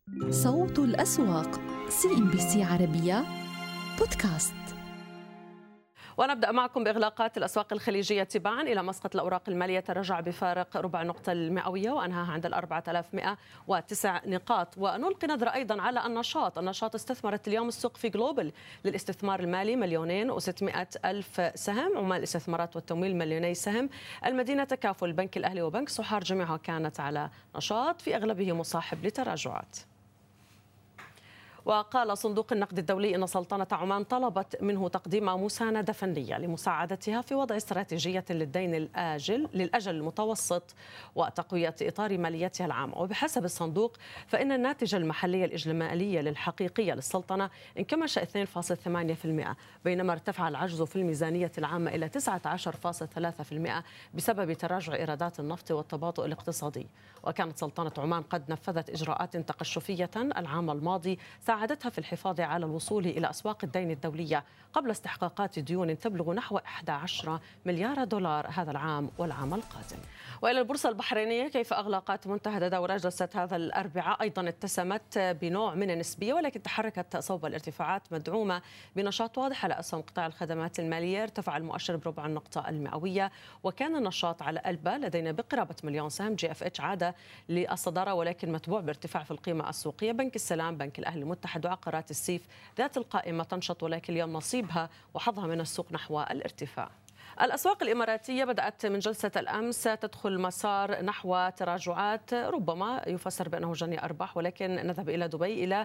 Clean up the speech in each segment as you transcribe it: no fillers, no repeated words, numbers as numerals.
صوت الأسواق CNBC عربية بودكاست. ونبدأ معكم بإغلاقات الأسواق الخليجية تباعا إلى مسقط الأوراق المالية تراجع بفارق ربع نقطة المئوية وأنهاها عند 4109 نقاط. ونلقي نظرة أيضا على النشاط استثمرت اليوم السوق في جلوبال للاستثمار المالي 2,600,000 سهم، عمال الاستثمارات والتمويل 2,000,000 سهم، المدينة تكافل، البنك الأهلي وبنك صحار جميعها كانت على نشاط في أغلبه مصاحب لتراجعات. وقال صندوق النقد الدولي إن سلطنة عمان طلبت منه تقديم مساندة فنية لمساعدتها في وضع استراتيجية للدين للأجل المتوسط وتقوية إطار ماليتها العام. وبحسب الصندوق فإن الناتج المحلي الإجمالي الحقيقي للسلطنة انكمش 2.8%، بينما ارتفع العجز في الميزانية العامة إلى 19.3% بسبب تراجع إيرادات النفط والتباطؤ الاقتصادي. وكانت سلطنة عمان قد نفذت إجراءات تقشفية العام الماضي ساعدتها في الحفاظ على الوصول إلى أسواق الدين الدولية قبل استحقاقات ديون تبلغ نحو 11 مليار دولار هذا العام والعام القادم. وإلى البورصة البحرينية، كيف أغلقت منتهى دورة جلسة هذا الأربعاء؟ أيضا اتسمت بنوع من النسبية، ولكن تحركت صوب الارتفاعات مدعومة بنشاط واضح على أسهم قطاع الخدمات المالية. ارتفع المؤشر بربع النقطة المئوية وكان النشاط على ألبا لدينا بقرابة 1,000,000 سهم. GFH عاد للصدارة ولكن متبوع بارتفاع في القيمة السوقية. بنك السلام، بنك الأهلي المتحد وعقارات السيف ذات القائمة تنشط ولكن اليوم نصيبها وحظها من السوق نحو الارتفاع. الأسواق الإماراتية بدأت من جلسة الأمس تدخل مسار نحو تراجعات ربما يفسر بأنه جني أرباح، ولكن نذهب إلى دبي إلى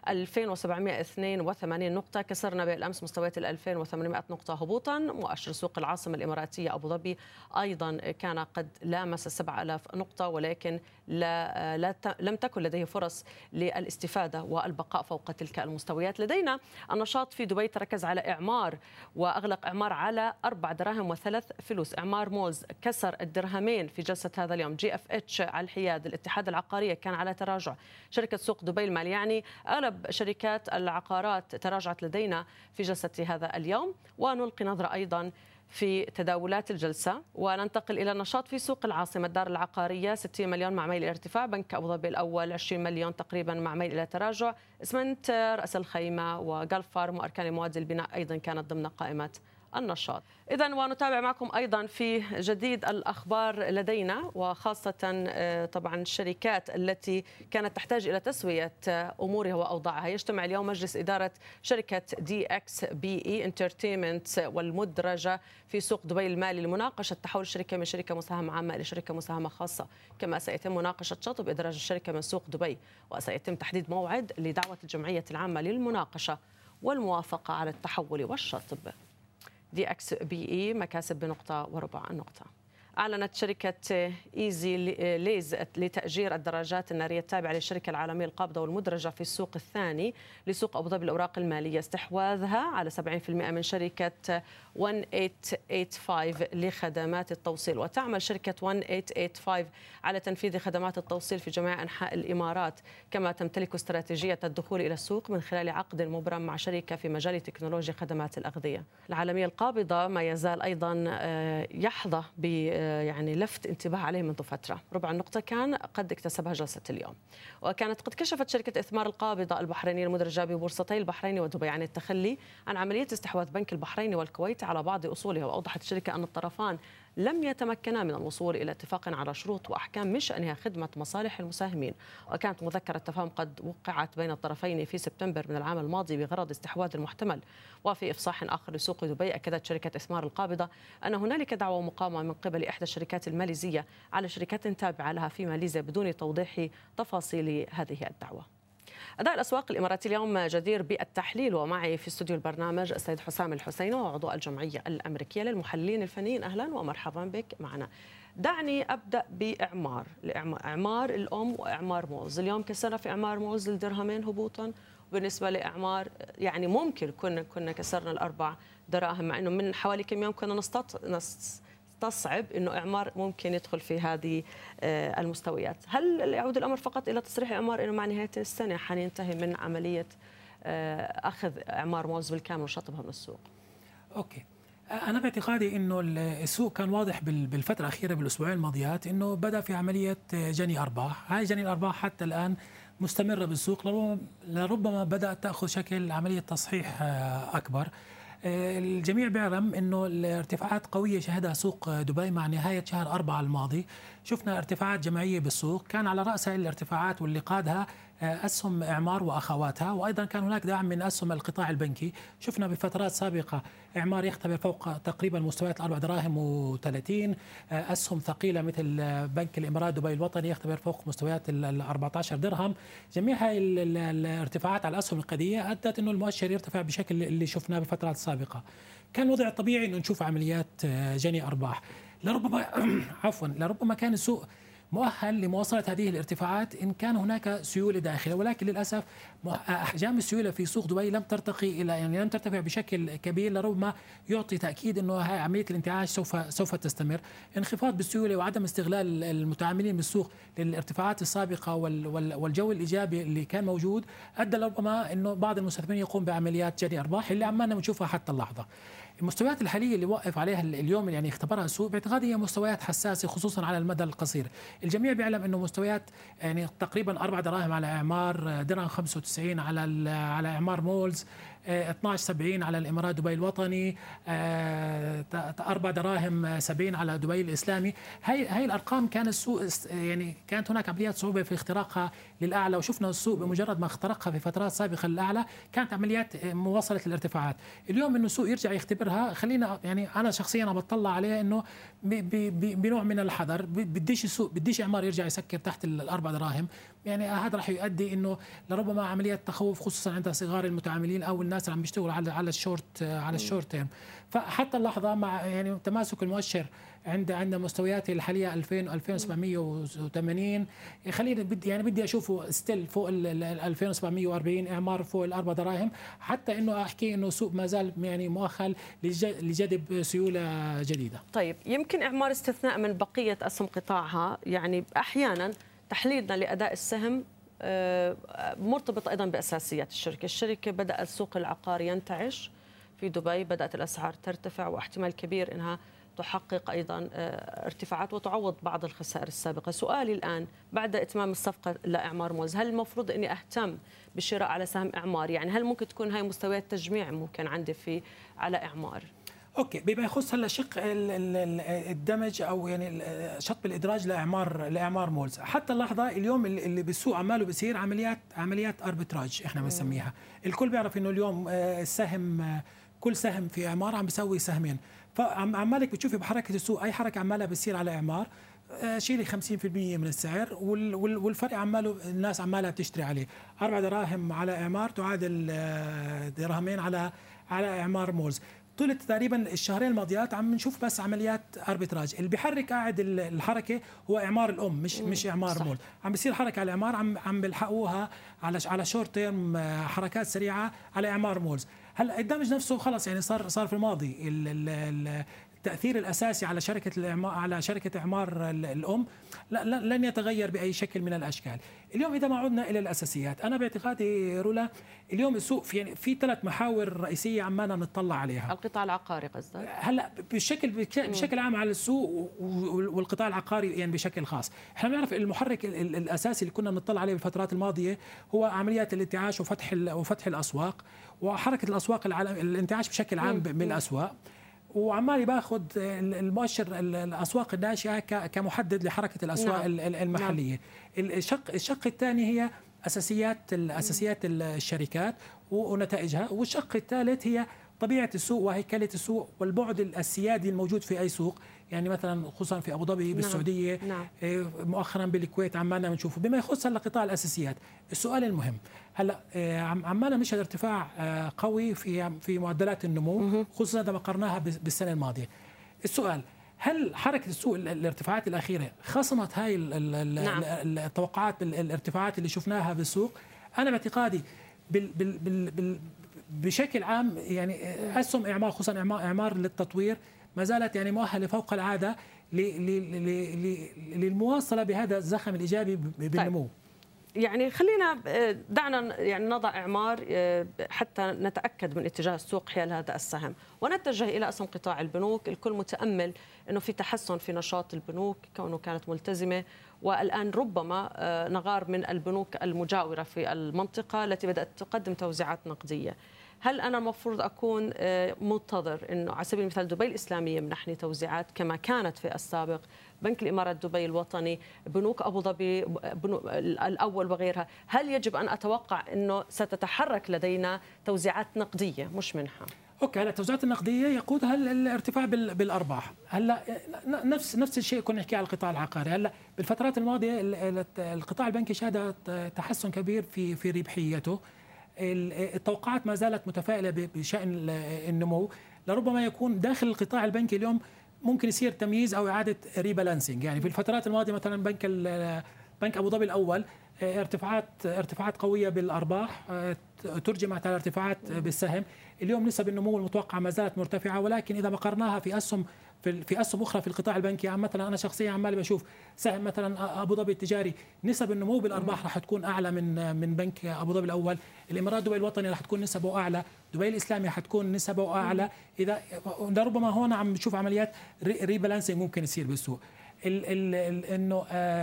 2,782 نقطة، كسرنا بالأمس مستويات 2,800 نقطة هبوطا. مؤشر سوق العاصمة الإماراتية أبو ظبي أيضا كان قد لامس 7,000 نقطة، ولكن لم تكن لديه فرص للاستفادة والبقاء فوق تلك المستويات. لدينا النشاط في دبي تركز على إعمار وأغلق إعمار على 4 دراهم و3 فلوس. إعمار مولز كسر الدرهمين في جلسة هذا اليوم. GFH على الحياد. الاتحاد العقارية كان على تراجع. شركة سوق دبي المال، يعني أغلب شركات العقارات تراجعت لدينا في جلسة هذا اليوم. ونلقي نظرة أيضا في تداولات الجلسة وننتقل إلى النشاط في سوق العاصمة. الدار العقارية 60 مليون مع ميل إلى ارتفاع. بنك أبو ظبي الأول 20 مليون تقريبا مع ميل إلى تراجع. اسمنت رأس الخيمة وجلف فارم وأركان مواد البناء أيضا كانت ضمن قائمة النشاط. إذن ونتابع معكم أيضا في جديد الأخبار لدينا، وخاصة طبعا الشركات التي كانت تحتاج إلى تسوية أمورها وأوضاعها. يجتمع اليوم مجلس إدارة شركة DXBE Entertainment والمدرجة في سوق دبي المالي لمناقشة تحول الشركة من شركة مساهمة عامة إلى شركة مساهمة خاصة، كما سيتم مناقشة شطب إدراج الشركة من سوق دبي، وسيتم تحديد موعد لدعوة الجمعية العامة للمناقشة والموافقة على التحول والشطب. DXBE مكاسب بنقطة وربع النقطة. أعلنت شركة إيزي ليز لتأجير الدراجات النارية التابعة للشركة العالمية القابضة والمدرجة في السوق الثاني لسوق أبو ظبي الأوراق المالية استحواذها على 70% من شركة 1885 لخدمات التوصيل. وتعمل شركة 1885 على تنفيذ خدمات التوصيل في جميع أنحاء الإمارات، كما تمتلك استراتيجية الدخول إلى السوق من خلال عقد مبرم مع شركة في مجال تكنولوجيا خدمات الأغذية. العالمية القابضة ما يزال أيضا يحظى يعني لفت انتباه عليه منذ فترة. ربع النقطة كان قد اكتسبها جلسة اليوم. وكانت قد كشفت شركة إثمار القابضة البحرينية المدرجة ببورصتي البحرين ودبي عن التخلي عن عملية استحواذ بنك البحرين والكويت على بعض أصولها. وأوضحت الشركة أن الطرفان لم يتمكنا من الوصول إلى اتفاق على شروط وأحكام من شأنها خدمة مصالح المساهمين. وكانت مذكرة تفاهم قد وقعت بين الطرفين في سبتمبر من العام الماضي بغرض استحواذ المحتمل. وفي إفصاح آخر لسوق دبي أكدت شركة إثمار القابضة أن هنالك دعوة مقامة من قبل إحدى الشركات الماليزية على شركات تابعة لها في ماليزيا بدون توضيح تفاصيل هذه الدعوة. أداء الأسواق الإماراتية اليوم جدير بالتحليل، ومعي في استوديو البرنامج السيد حسام الحسيني وعضو الجمعية الأمريكية للمحللين الفنيين. أهلا ومرحبا بك معنا. دعني أبدأ بإعمار الأم وإعمار مولز. اليوم كسرنا في إعمار مولز الدرهمين هبوطا، وبالنسبة لإعمار يعني ممكن كنا كسرنا ال4 دراهم، مع أنه من حوالي كم يوم كنا نستصعب أنه إعمار ممكن يدخل في هذه المستويات. هل يعود الأمر فقط إلى تصريح إعمار أنه مع نهاية السنة حننتهي من عملية أخذ إعمار مولز بالكامل وشطبها من السوق؟ أوكي، أنا باعتقادي أنه السوق كان واضح بالفترة الأخيرة بالأسبوعين الماضيات أنه بدأ في عملية جني أرباح. هاي جني الأرباح حتى الآن مستمرة بالسوق، لربما بدأت تأخذ شكل عملية تصحيح أكبر. الجميع بيعلم انه الارتفاعات قويه شهدها سوق دبي مع نهايه شهر 4 الماضي. شفنا ارتفاعات جماعيه بالسوق، كان على راس هذه الارتفاعات واللي قادها اسهم اعمار واخواتها، وايضا كان هناك دعم من اسهم القطاع البنكي. شفنا بفترات سابقه اعمار يختبر فوق تقريبا مستويات 4 دراهم و30، اسهم ثقيله مثل بنك الامارات دبي الوطني يختبر فوق مستويات ال 14 درهم. جميع هاي الارتفاعات على الاسهم القضيه ادت انه المؤشر يرتفع بشكل اللي شفناه بفترات السابقه. كان الوضع الطبيعي انه نشوف عمليات جني ارباح. لربما لربما كان السوق مؤهل لمواصلة هذه الارتفاعات إن كان هناك سيولة داخلة، ولكن للأسف أحجام السيولة في سوق دبي لم ترتقي إلى لم ترتفع بشكل كبير، لربما يعطي تأكيد أنه هاي عملية الانتعاش سوف تستمر. انخفاض بالسيولة وعدم استغلال المتعاملين بالسوق للارتفاعات السابقة والجو الإيجابي اللي كان موجود أدى لربما أنه بعض المستثمرين يقوم بعمليات جني أرباح اللي عمالنا بنشوفها حتى اللحظة. المستويات الحالية اللي وقف عليها اليوم يعني اختبرها السوق باعتقادي هي مستويات حساسة خصوصا على المدى القصير. الجميع بيعلم انه مستويات يعني تقريبا 4 دراهم على اعمار، درهم 95 على اعمار مولز، 12.70 على الامارات دبي الوطني، 4 دراهم 70 على دبي الاسلامي. هاي الارقام كان السوق يعني كانت هناك عمليات صعوبه في اختراقها للاعلى، وشفنا السوق بمجرد ما اخترقها في فترات سابقه للاعلى كانت عمليات مواصله الارتفاعات. اليوم انه السوق يرجع يختبرها، خلينا يعني انا شخصيا بطلع عليه انه بنوع من الحذر. بديش السوق بديش اعمار يرجع يسكر تحت الاربع دراهم، يعني هذا راح يؤدي انه لربما عمليات تخوف خصوصا عند صغار المتعاملين او الناس اللي عم بيشتغلوا على الشورت تيرم. فحتى اللحظه مع يعني تماسك المؤشر عند مستوياته الحاليه 2000 2780 خلينا بدي اشوفه ستيل فوق ال 2740 اعمار فوق الاربع دراهم، حتى انه احكي انه السوق ما زال يعني مؤهل لجذب سيوله جديده. طيب يمكن اعمار استثناء من بقيه اسهم قطاعها، يعني احيانا تحليلنا لاداء السهم مرتبط ايضا باساسيات الشركه بدا السوق العقاري ينتعش في دبي، بدات الاسعار ترتفع واحتمال كبير انها تحقق ايضا ارتفاعات وتعوض بعض الخسائر السابقه. سؤالي الان بعد اتمام الصفقه لاعمار مولز، هل المفروض اني اهتم بالشراء على سهم اعمار؟ يعني هل ممكن تكون هاي مستويات تجميع ممكن عندي على اعمار؟ اوكي، بما يخص هلا شق الدمج او يعني شق الادراج لاعمار مولز، حتى اللحظه اليوم اللي بالسوق عماله بيصير عمليات اربتراج احنا بنسميها. الكل بيعرف انه اليوم السهم كل سهم في اعمار عم بيسوي سهمين، فعمالك بتشوفي بحركه السوق اي حركه عمالها بتصير على اعمار شيلي 50% من السعر، والفرق عماله الناس عمالها بتشتري عليه. 4 دراهم على اعمار تعادل درهمين على اعمار مولز. طولت تقريبا الشهرين الماضيات عم نشوف بس عمليات اربتراج، اللي بيحرك قاعد الحركه هو اعمار الام مش اعمار مول. عم بيصير حركه على الاعمار، عم بيلحقوها على شورت تيرم حركات سريعه على اعمار مولز. هلا الدمج نفسه خلص يعني صار في الماضي. التأثير الأساسي على شركة إعمار الأم لن يتغير بأي شكل من الأشكال. اليوم إذا ما عدنا إلى الأساسيات، أنا باعتقادي رولا اليوم السوق في 3 محاور رئيسية عمالنا نطلع عليها. القطاع العقاري قصدك؟ هلا بشكل عام على السوق والقطاع العقاري يعني بشكل خاص. احنا بنعرف المحرك الأساسي اللي كنا بنطلع عليه بالفترات الماضية هو عمليات الانتعاش وفتح الأسواق وحركة الأسواق الانتعاش بشكل عام بالأسواق، وعمالي باخذ المؤشر الاسواق الناشئه كمحدد لحركه الاسواق المحليه. الشق الثاني هي اساسيات الشركات ونتائجها، والشق الثالث هي طبيعه السوق وهيكله السوق والبعد السيادي الموجود في اي سوق، يعني مثلا خصوصا في ابو ظبي بالسعوديه، مؤخرا بالكويت عمالنا بنشوفه. بما يخص هلا قطاع الاساسيات، السؤال المهم هلا عمالنا نشهد ارتفاع قوي في معدلات النمو خصوصا اذا قارناها بالسنه الماضيه. السؤال، هل حركه السوق الارتفاعات الاخيره خصمت هاي التوقعات الارتفاعات اللي شفناها بالسوق؟ انا باعتقادي بشكل عام يعني اسهم اعمار خصوصا اعمار للتطوير ما زالت يعني مؤهله فوق العاده للمواصله بهذا الزخم الايجابي بالنمو. طيب. يعني خلينا دعنا يعني نضع اعمار حتى نتاكد من اتجاه السوق حيال هذا السهم، ونتجه الى اسهم قطاع البنوك. الكل متامل انه في تحسن في نشاط البنوك كونه كانت ملتزمه والآن ربما نغار من البنوك المجاورة في المنطقة التي بدأت تقدم توزيعات نقدية. هل أنا المفروض أكون منتظر أنه على سبيل المثال دبي الإسلامية منحني توزيعات كما كانت في السابق، بنك الإمارات دبي الوطني، بنوك أبو ظبي الأول وغيرها، هل يجب أن أتوقع أنه ستتحرك لدينا توزيعات نقدية مش منحة؟ اوكي، هلا التوزيعات النقديه يقودها الارتفاع بالارباح. هلا نفس الشيء كنا نحكي على القطاع العقاري. هلا بالفترات الماضيه القطاع البنكي شهد تحسن كبير في ربحيته. التوقعات ما زالت متفائله بشان النمو. لربما يكون داخل القطاع البنكي اليوم ممكن يصير تمييز او اعاده ريبالانسنج. يعني في الفترات الماضيه مثلا بنك ابو ظبي الاول ارتفاعات قويه بالارباح ترجمت على ارتفاعات بالسهم. اليوم نسب النمو المتوقعه ما زالت مرتفعه، ولكن اذا ما قرناها في اسهم اخرى في القطاع البنكي، يعني مثلا انا شخصيا عمالي بشوف سهم مثلا ابو ظبي التجاري نسب النمو بالارباح راح تكون اعلى من بنك ابو ظبي الاول. الامارات دبي الوطني راح تكون نسبه اعلى، دبي الاسلامي حتكون نسبه اعلى. اذا ربما هون عم نشوف عمليات ريبالانسنج ممكن يصير بالسوق. انه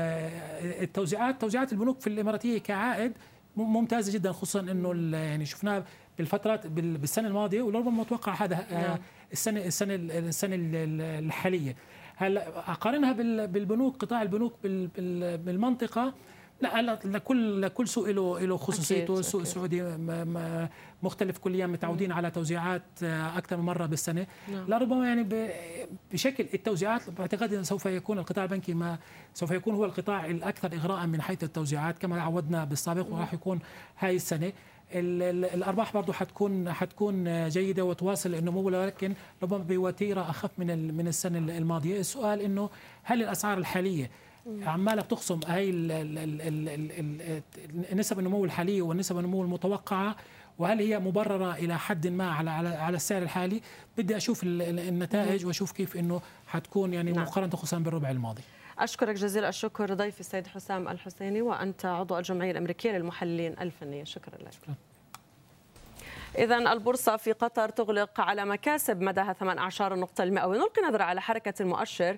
توزيعات البنوك في الاماراتيه كعائد ممتازه جدا، خصوصا انه يعني شفناها بالفترات بالسنه الماضيه، ولربما متوقع هذا السنه الحاليه. هلا اقارنها بالبنوك، قطاع البنوك بالمنطقه، لا لكل سوق له خصوصيته. السوق السعودي مختلف كليا، متعودين على توزيعات اكثر من مره بالسنه. لربما يعني بشكل التوزيعات بعتقد انه سوف يكون القطاع البنكي سوف يكون هو القطاع الاكثر اغراء من حيث التوزيعات كما عودنا بالسابق، وراح يكون هاي السنه. الارباح برضه حتكون جيده وتواصل النمو، ولكن ربما بوتيره اخف من السنه الماضيه. السؤال انه هل الاسعار الحاليه عماله بتخصم هاي نسب النمو الحاليه والنسب النمو المتوقعه، وهل هي مبرره الى حد ما على السعر الحالي؟ بدي اشوف النتائج واشوف كيف انه حتكون يعني مقارنه خصوصا بالربع الماضي. اشكرك جزيل الشكر ضيفي السيد حسام الحسيني، وانت عضو الجمعيه الامريكيه للمحللين الفنيه. شكرا لك. شكرا. إذا البورصة في قطر تغلق على مكاسب مداها 18 نقطة المئوية. نلقي نظرة على حركة المؤشر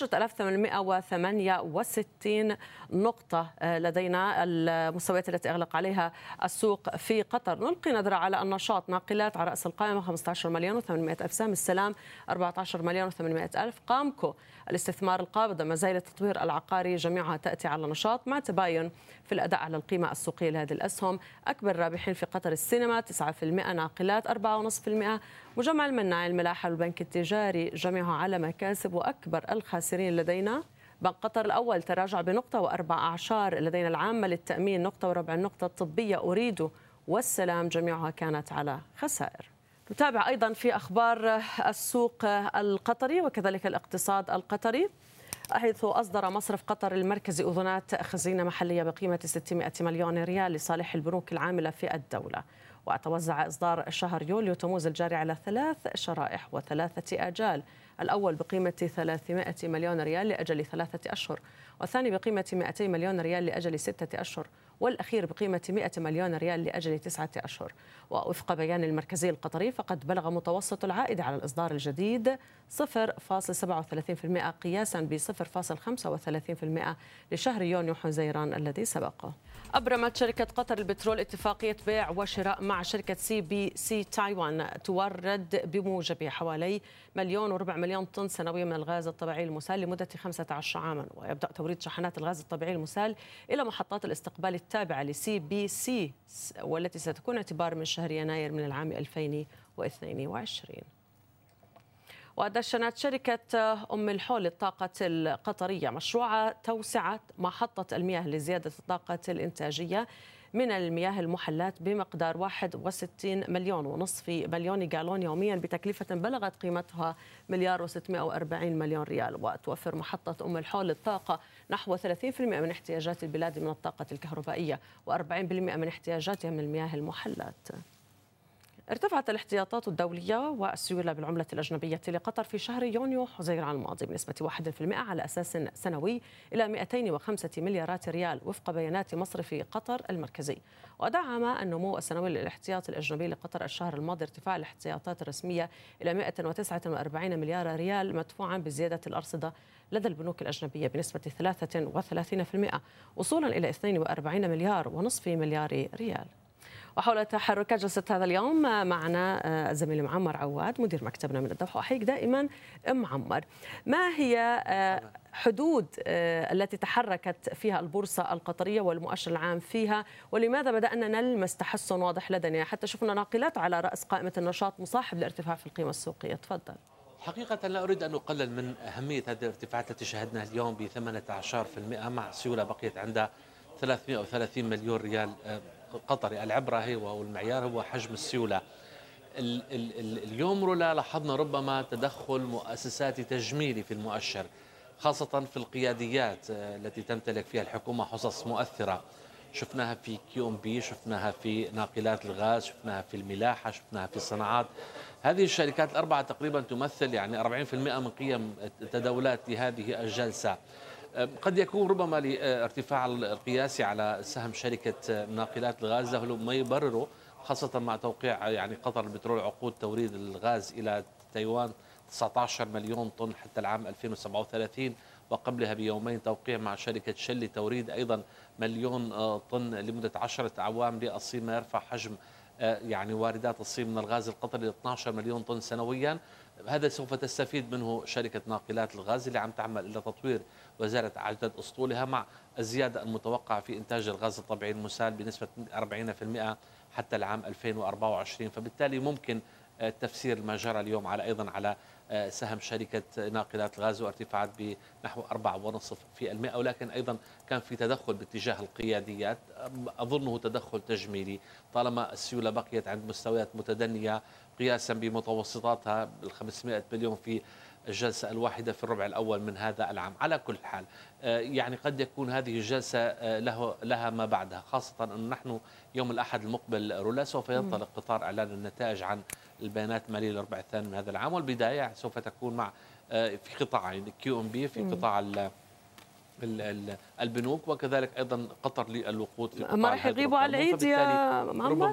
10868 نقطة لدينا المستويات التي أغلق عليها السوق في قطر. نلقي نظرة على النشاط. ناقلات على رأس القائمة 15 مليون و800 ألف سهم، السلام 14 مليون و800 ألف، قامكو الاستثمار القابضة، مزايا التطوير العقاري، جميعها تأتي على نشاط مع تباين في الأداء على القيمة السوقية لهذه الأسهم. أكبر رابحين في قطر السينما 9%، ناقلات 4.5%، مجمع المناعي، الملاحة والبنك التجاري جميعها على مكاسب. وأكبر الخاسرين لدينا بنك قطر الأول تراجع بنقطة وأربع أعشار، لدينا العامة للتأمين نقطة وربع النقطة، الطبية أريد والسلام جميعها كانت على خسائر. نتابع أيضا في أخبار السوق القطري وكذلك الاقتصاد القطري، حيث أصدر مصرف قطر المركزي أذونات خزينة محلية بقيمة 600 مليون ريال لصالح البنوك العاملة في الدولة. وتوزع إصدار شهر يوليو تموز الجاري على 3 شرائح و3 آجال، الأول بقيمة 300 مليون ريال لأجل 3 أشهر، والثاني بقيمة 200 مليون ريال لأجل 6 أشهر، والأخير بقيمة 100 مليون ريال لأجل 9 أشهر. ووفق بيان المركزي القطري فقد بلغ متوسط العائد على الإصدار الجديد 0.37% قياسا ب 0.35% لشهر يونيو حزيران الذي سبقه. أبرمت شركة قطر البترول اتفاقية بيع وشراء مع شركة CBC تايوان تورد بموجبه حوالي 1.4 مليون طن سنويا من الغاز الطبيعي المسال لمدة 15 عاما. ويبدأ توريد شحنات الغاز الطبيعي المسال إلى محطات الاستقبال التابعة لCBC والتي ستكون اعتبار من شهر يناير من العام 2022. ودشنت شركة أم الحول للطاقة القطرية مشروع توسعة محطة المياه لزيادة الطاقة الإنتاجية من المياه المحلات بمقدار 61 مليون ونصف مليون جالون يوميا بتكلفة بلغت قيمتها 1,640 مليون ريال. وتوفر محطة أم الحول للطاقة نحو 30% من احتياجات البلاد من الطاقة الكهربائية و40% من احتياجاتها من المياه المحلات. ارتفعت الاحتياطات الدولية والسيولة بالعملة الأجنبية لقطر في شهر يونيو حزيران الماضي بنسبة 1% على أساس سنوي إلى 205 مليارات ريال وفق بيانات مصرف قطر المركزي. ودعم النمو السنوي للاحتياط الأجنبي لقطر الشهر الماضي ارتفاع الاحتياطات الرسمية إلى 149 مليار ريال مدفوعا بزيادة الأرصدة لدى البنوك الأجنبية بنسبة 33% وصولا إلى 42 مليار ونصف مليار ريال. وحول تحركات جلسة هذا اليوم معنا الزميل معمر عواد مدير مكتبنا من الدوحة. أحييك دائما معمر، ما هي حدود التي تحركت فيها البورصة القطرية والمؤشر العام فيها، ولماذا بدأنا نلمس تحسن واضح لدينا حتى شفنا ناقلات على رأس قائمة النشاط مصاحب لارتفاع في القيمة السوقية؟ تفضل. حقيقة لا أريد أن أقلل من أهمية هذه الارتفاعات التي شهدناها اليوم ب 18% مع سيولة بقيت عندها 330 مليون ريال قطري. العبرة هي والمعيار هو حجم السيولة. اليوم رولا لاحظنا ربما تدخل مؤسساتي تجميلي في المؤشر، خاصة في القياديات التي تمتلك فيها الحكومة حصص مؤثرة. شفناها في كيو ام بي، شفناها في ناقلات الغاز، شفناها في الملاحة، شفناها في الصناعات. هذه الشركات الأربعة تقريبا تمثل يعني 40% من قيم التداولات لهذه الجلسة. قد يكون ربما لارتفاع القياسي على سهم شركة ناقلات الغاز له ما يبرره، خاصة مع توقيع يعني قطر البترول عقود توريد الغاز إلى تايوان 19 مليون طن حتى العام 2037، وقبلها بيومين توقيع مع شركة شل توريد أيضا مليون طن لمدة 10 أعوام للصين، ما يرفع حجم يعني واردات الصين من الغاز القطري ل 12 مليون طن سنويا. هذا سوف تستفيد منه شركة ناقلات الغاز اللي عم تعمل إلى تطوير وزارة عدد أسطولها مع الزيادة المتوقعة في إنتاج الغاز الطبيعي المسال بنسبة 40% حتى العام 2024. فبالتالي ممكن تفسير ما جرى اليوم على أيضا على سهم شركة ناقلات الغاز وارتفاعات بنحو 4.5%، ولكن أيضا كان في تدخل باتجاه القياديات، أظنه تدخل تجميلي طالما السيولة بقيت عند مستويات متدنية قياسا بمتوسطاتها بال 500 مليون في الجلسة الواحدة في الربع الأول من هذا العام. على كل حال يعني قد يكون هذه الجلسة لها ما بعدها، خاصة أن نحن يوم الأحد المقبل رولا سوف ينطلق قطار إعلان النتائج عن البيانات المالية للربع الثاني من هذا العام، والبداية سوف تكون مع في قطاعين كيو ام بي في قطاع البنوك، وكذلك أيضا قطر للوقود في قطاع ما راح يغيبوا على العيد يا معمر؟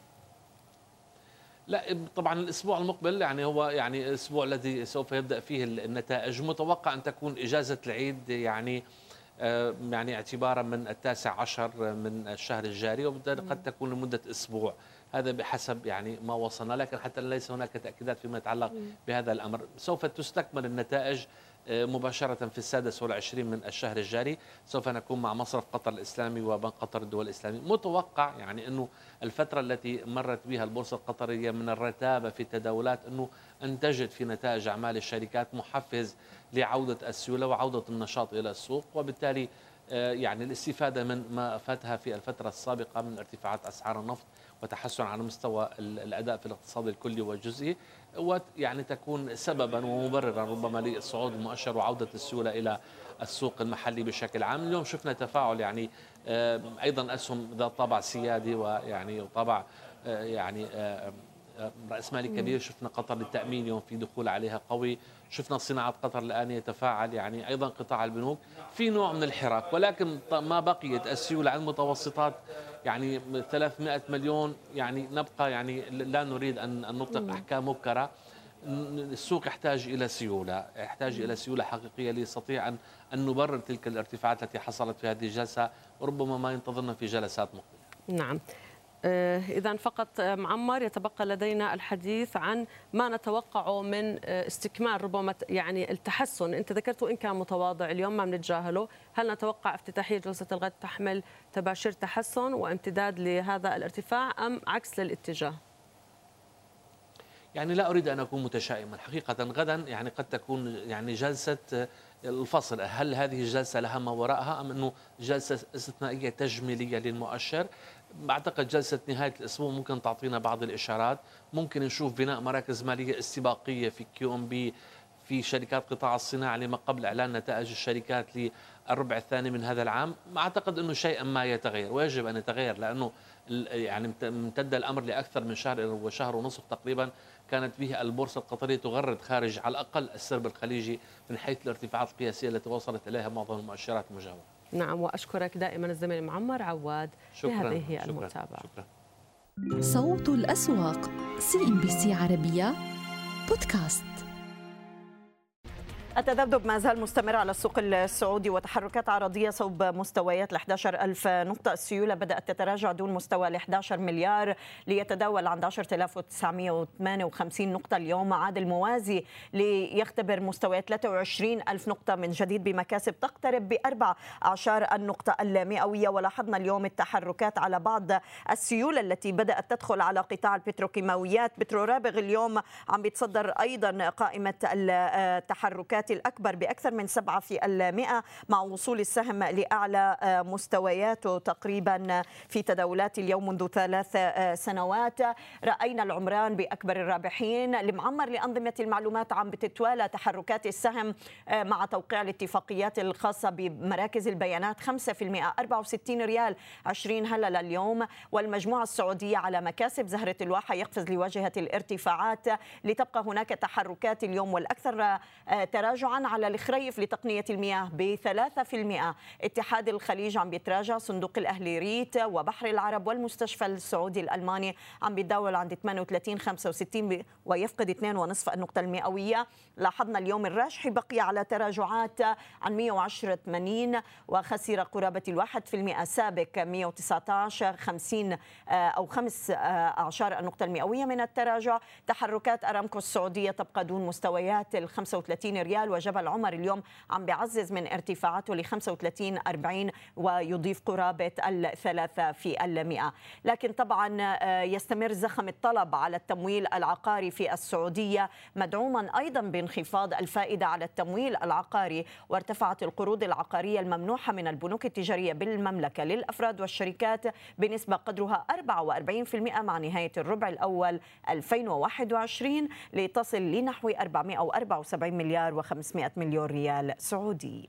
لا طبعا الاسبوع المقبل يعني هو يعني الاسبوع الذي سوف يبدا فيه النتائج، متوقع ان تكون اجازه العيد يعني يعني اعتبارا من 19 من الشهر الجاري، وبالتالي قد تكون لمده اسبوع، هذا بحسب يعني ما وصلنا، لكن حتى ليس هناك تاكيدات فيما يتعلق بهذا الامر. سوف تستكمل النتائج مباشرة في 26 من الشهر الجاري، سوف نكون مع مصرف قطر الإسلامي وبنك قطر الدول الإسلامي. متوقع يعني أنه الفترة التي مرت بها البورصة القطرية من الرتابة في التداولات أن تجد في نتائج أعمال الشركات محفز لعودة السيولة وعودة النشاط إلى السوق، وبالتالي يعني الاستفادة من ما فاتها في الفترة السابقة من ارتفاعات أسعار النفط وتحسن على مستوى الأداء في الاقتصاد الكلي والجزئي، ويعني تكون سببا ومبررا ربما لصعود المؤشر وعودة السيولة إلى السوق المحلي بشكل عام. اليوم شفنا تفاعل يعني أيضا أسهم ذات طابع سيادي ويعني طابع يعني رأس مالي كبير. شفنا قطر للتأمين اليوم في دخول عليها قوي، شفنا صناعة قطر الآن يتفاعل، يعني أيضا قطاع البنوك في نوع من الحراك، ولكن ما بقيت السيولة عند متوسطات يعني 300 مليون، يعني نبقى يعني لا نريد أن نطلق أحكام مبكرة. السوق يحتاج إلى سيولة، يحتاج إلى سيولة حقيقية ليستطيع أن نبرر تلك الارتفاعات التي حصلت في هذه الجلسة، وربما ما ينتظرنا في جلسات مقبلة. نعم. إذا فقط معمر يتبقى لدينا الحديث عن ما نتوقعه من استكمال ربما يعني التحسن، أنت ذكرته إن كان متواضع اليوم ما بنتجاهله، هل نتوقع افتتاحية جلسة الغد تحمل تباشير تحسن وامتداد لهذا الارتفاع أم عكس للاتجاه؟ يعني لا أريد أن أكون متشائما حقيقة. غدا يعني قد تكون يعني جلسة الفصل، هل هذه الجلسة لها ما وراءها أم أنه جلسة استثنائية تجميلية للمؤشر؟ بعتقد جلسة نهاية الأسبوع ممكن تعطينا بعض الإشارات، ممكن نشوف بناء مراكز مالية استباقية في كيو ام بي في شركات قطاع الصناعة لما قبل إعلان نتائج الشركات للربع الثاني من هذا العام. أعتقد أنه شيئا ما يتغير ويجب أن يتغير، لأنه يعني امتد الأمر لأكثر من شهر وشهر ونصف تقريبا، كانت به البورصة القطرية تغرد خارج على الأقل السرب الخليجي من حيث الارتفاعات القياسية التي وصلت إليها معظم المؤشرات المجاورة. نعم، وأشكرك دائما الزميل معمر عواد بهذه المتابعة. شكرا. صوت الأسواق CNBC عربية بودكاست. التذبذب ما زال مستمر على السوق السعودي وتحركات عرضية صوب مستويات 11,000 نقطة. السيولة بدأت تتراجع دون مستوى 11 مليار ليتداول عند 10,958 نقطة اليوم. عاد الموازي ليختبر مستويات 23,000 نقطة من جديد بمكاسب تقترب ب14 النقطة المئوية. ولاحظنا اليوم التحركات على بعض السيولة التي بدأت تدخل على قطاع البتروكيماويات. بترورابغ اليوم عم بيتصدر أيضا قائمة التحركات الأكبر بأكثر من 7% مع وصول السهم لأعلى مستوياته تقريبا في تداولات اليوم منذ 3 سنوات. رأينا العمران بأكبر الرابحين. المعمر لأنظمة المعلومات عم بتتوالى تحركات السهم مع توقيع الاتفاقيات الخاصة بمراكز البيانات 5%، 64 ريال 20 هللة اليوم. والمجموعة السعودية على مكاسب. زهرة الواحة يقفز لواجهة الارتفاعات لتبقى هناك تحركات اليوم، والأكثر تراجعا على الخريف لتقنية المياه ب3%. اتحاد الخليج عم بيتراجع. صندوق الأهلي ريت وبحر العرب والمستشفى السعودي الألماني عم بيتداول عند 38.65 ويفقد 2.5 النقطة المئوية. لاحظنا اليوم الراجحي بقي على تراجعات عن 110.80 وخسر قرابة 1%، سابق 119.50 أو 15 النقطة المئوية من التراجع. تحركات أرامكو السعودية تبقى دون مستويات 35 ريال، وجبل عمر اليوم عم بيعزز من ارتفاعاته ل 35.40 ويضيف قرابة 3%. لكن طبعا يستمر زخم الطلب على التمويل العقاري في السعودية، مدعوما أيضا بانخفاض الفائدة على التمويل العقاري. وارتفعت القروض العقارية الممنوحة من البنوك التجارية بالمملكة للأفراد والشركات بنسبة قدرها 44% مع نهاية الربع الأول 2021 لتصل لنحو 474 مليار و500 مليون ريال سعودي.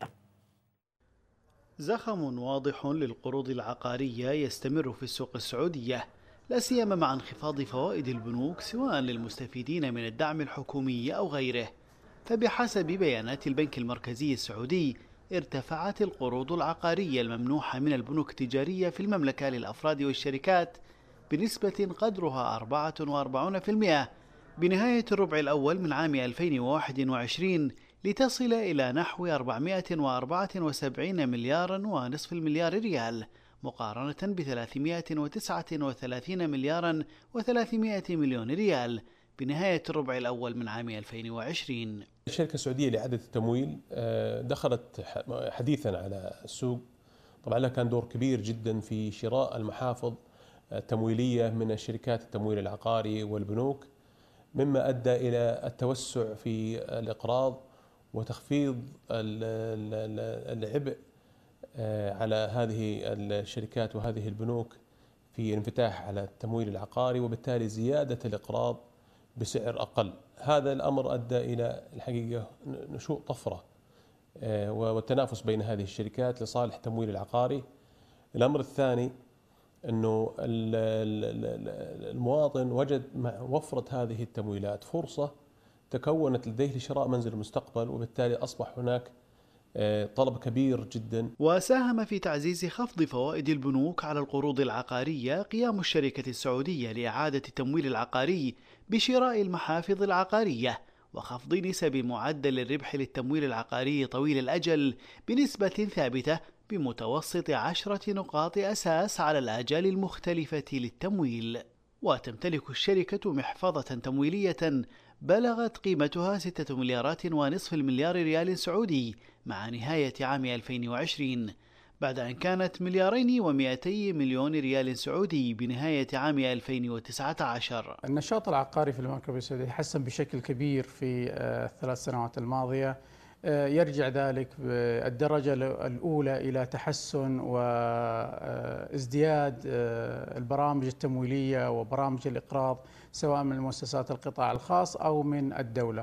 زخم واضح للقروض العقارية يستمر في السوق السعودية، لا سيما مع انخفاض فوائد البنوك سواء للمستفيدين من الدعم الحكومي أو غيره. فبحسب بيانات البنك المركزي السعودي، ارتفعت القروض العقارية الممنوحة من البنوك التجارية في المملكة للأفراد والشركات بنسبة قدرها 44% بنهاية الربع الأول من عام 2021 لتصل إلى نحو 474 مليار ونصف المليار ريال، مقارنة ب 339 مليار و300 مليون ريال بنهاية الربع الأول من عام 2020. الشركة السعودية لإعادة التمويل دخلت حديثا على السوق، طبعا لها كان دور كبير جدا في شراء المحافظ التمويلية من الشركات التمويل العقاري والبنوك، مما أدى إلى التوسع في الإقراض وتخفيض العبء على هذه الشركات وهذه البنوك في الانفتاح على التمويل العقاري، وبالتالي زيادة الإقراض بسعر أقل. هذا الأمر أدى إلى الحقيقة نشوء طفرة والتنافس بين هذه الشركات لصالح التمويل العقاري. الأمر الثاني أنه المواطن وجد مع وفرة هذه التمويلات فرصة تكونت لديه لشراء منزل المستقبل، وبالتالي أصبح هناك طلب كبير جدا. وساهم في تعزيز خفض فوائد البنوك على القروض العقارية قيام الشركة السعودية لإعادة التمويل العقاري بشراء المحافظ العقارية وخفض نسب معدل الربح للتمويل العقاري طويل الأجل بنسبة ثابتة بمتوسط 10 نقاط أساس على الآجال المختلفة للتمويل. وتمتلك الشركة محفظة تمويلية بلغت قيمتها 6 مليارات ونصف المليار ريال سعودي مع نهاية عام 2020، بعد أن كانت 2.2 مليار ريال سعودي بنهاية عام 2019. النشاط العقاري في المملكة السعودية تحسن بشكل كبير في ال3 سنوات الماضية، يرجع ذلك بالدرجة الأولى إلى تحسن وازدياد البرامج التمويلية وبرامج الإقراض سواء من مؤسسات القطاع الخاص أو من الدولة،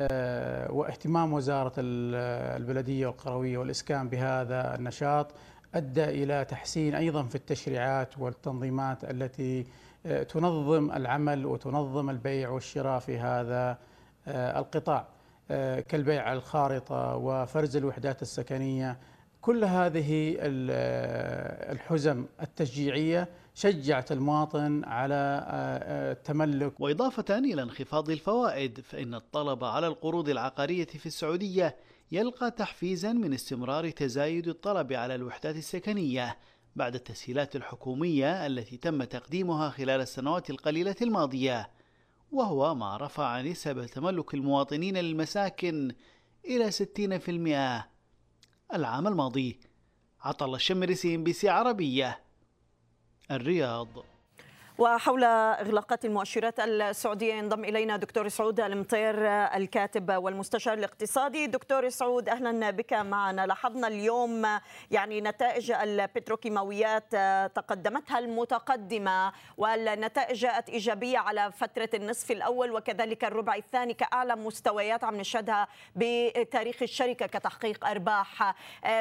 واهتمام وزارة البلدية والقروية والإسكان بهذا النشاط أدى إلى تحسين أيضا في التشريعات والتنظيمات التي تنظم العمل وتنظم البيع والشراء في هذا القطاع، كالبيع على الخارطة وفرز الوحدات السكنية. كل هذه الحزم التشجيعية شجعت المواطن على التملك. وإضافة إلى انخفاض الفوائد، فإن الطلب على القروض العقارية في السعودية يلقى تحفيزا من استمرار تزايد الطلب على الوحدات السكنية بعد التسهيلات الحكومية التي تم تقديمها خلال السنوات القليلة الماضية، وهو ما رفع نسب تملك المواطنين للمساكن إلى 60% العام الماضي. عطل الشمرسي، MBC عربية، الرياض. وحول إغلاقات المؤشرات السعودية ينضم إلينا دكتور سعود المطير، الكاتب والمستشار الاقتصادي. دكتور سعود، أهلا بك معنا. لاحظنا اليوم يعني نتائج البتروكيماويات تقدمتها المتقدمة، والنتائج جاءت إيجابية على فترة النصف الأول وكذلك الربع الثاني كأعلى مستويات عم نشهدها بتاريخ الشركة كتحقيق أرباح.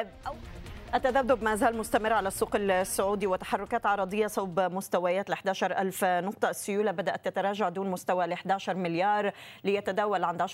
التذبذب ما زال مستمر على السوق السعودي وتحركات عرضية صوب مستويات 11,000 نقطة. السيولة بدأت تتراجع دون مستوى 11 مليار ليتداول عند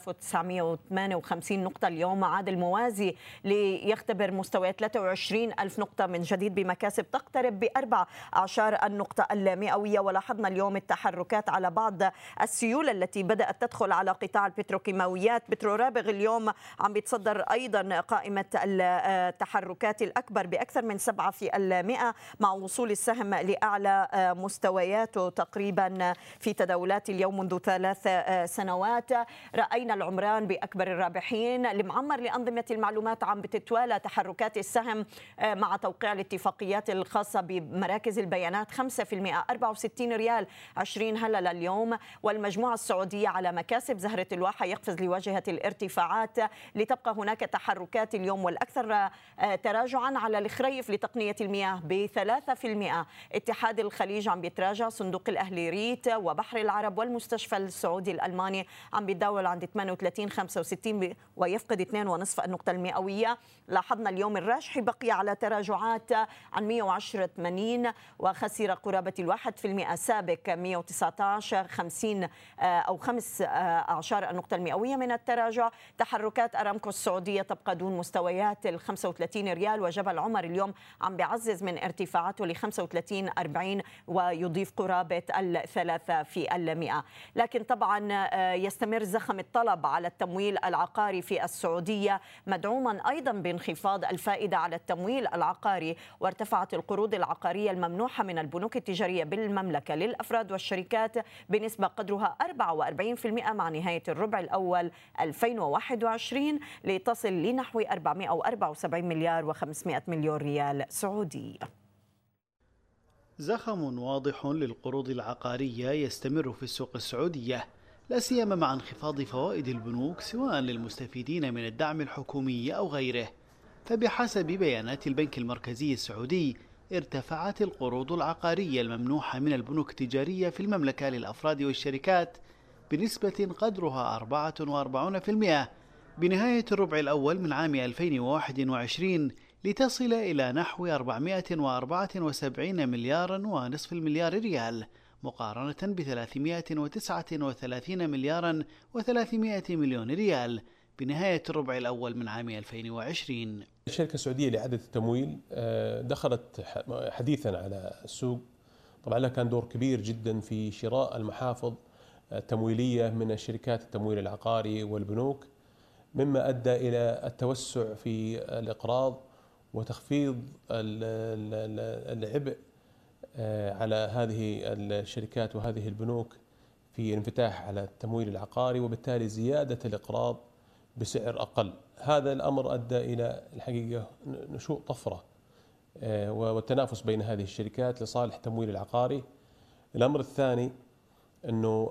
10,958 نقطة اليوم. عاد الموازي ليختبر مستويات 23,000 نقطة من جديد بمكاسب تقترب ب14 النقطة المئوية. ولاحظنا اليوم التحركات على بعض السيولة التي بدأت تدخل على قطاع البتروكيماويات. بترورابغ اليوم عم بيتصدر أيضا قائمة التحركات الأكبر بأكثر من 7% مع وصول السهم لأعلى مستوياته تقريبا في تداولات اليوم منذ 3 سنوات. رأينا العمران بأكبر الرابحين. المعمر لأنظمة المعلومات عم بتتوالى تحركات السهم مع توقيع الاتفاقيات الخاصة بمراكز البيانات 5%، 64 ريال 20 هللة اليوم. والمجموعة السعودية على مكاسب زهرة الواحة يقفز لواجهة الارتفاعات لتبقى هناك تحركات اليوم، والأكثر تراجعا على الخريف لتقنية المياه ب3%. اتحاد الخليج عم بيتراجع، صندوق الأهلي ريت وبحر العرب والمستشفى السعودي الألماني عم بيتداول عند 38.65 ويفقد 2.5 النقطة المئوية. لاحظنا اليوم الراجحي بقي على تراجعات عن 110.80 وخسر قرابة 1% سابق 119.50 أو 15 النقطة المئوية من التراجع. تحركات أرامكو السعودية تبقى دون مستويات 35 ريال، وجبل عمر اليوم عم بيعزز من ارتفاعاته 35.40 ويضيف قرابة 3%. لكن طبعا يستمر زخم الطلب على التمويل العقاري في السعودية مدعوما أيضا بانخفاض الفائدة على التمويل العقاري. وارتفعت القروض العقارية الممنوحة من البنوك التجارية بالمملكة للأفراد والشركات بنسبة قدرها 44% مع نهاية الربع الأول 2021 لتصل لنحو 474 مليار و500 مليون ريال سعودي. زخم واضح للقروض العقارية يستمر في السوق السعودية، لا سيما مع انخفاض فوائد البنوك سواء للمستفيدين من الدعم الحكومي أو غيره. فبحسب بيانات البنك المركزي السعودي ارتفعت القروض العقارية الممنوحة من البنوك التجارية في المملكة للأفراد والشركات بنسبة قدرها 44% بنهاية الربع الأول من عام 2021 لتصل إلى نحو 474 مليارا ونصف المليار ريال، مقارنة ب 339 مليارا و300 مليون ريال بنهاية الربع الأول من عام 2020. الشركة السعودية لإعادة التمويل دخلت حديثا على السوق، طبعا لها كان دور كبير جدا في شراء المحافظ التمويلية من الشركات التمويل العقاري والبنوك، مما أدى إلى التوسع في الإقراض وتخفيض العبء على هذه الشركات وهذه البنوك في الانفتاح على التمويل العقاري، وبالتالي زيادة الإقراض بسعر أقل. هذا الأمر أدى إلى الحقيقة نشوء طفرة والتنافس بين هذه الشركات لصالح التمويل العقاري. الأمر الثاني أنه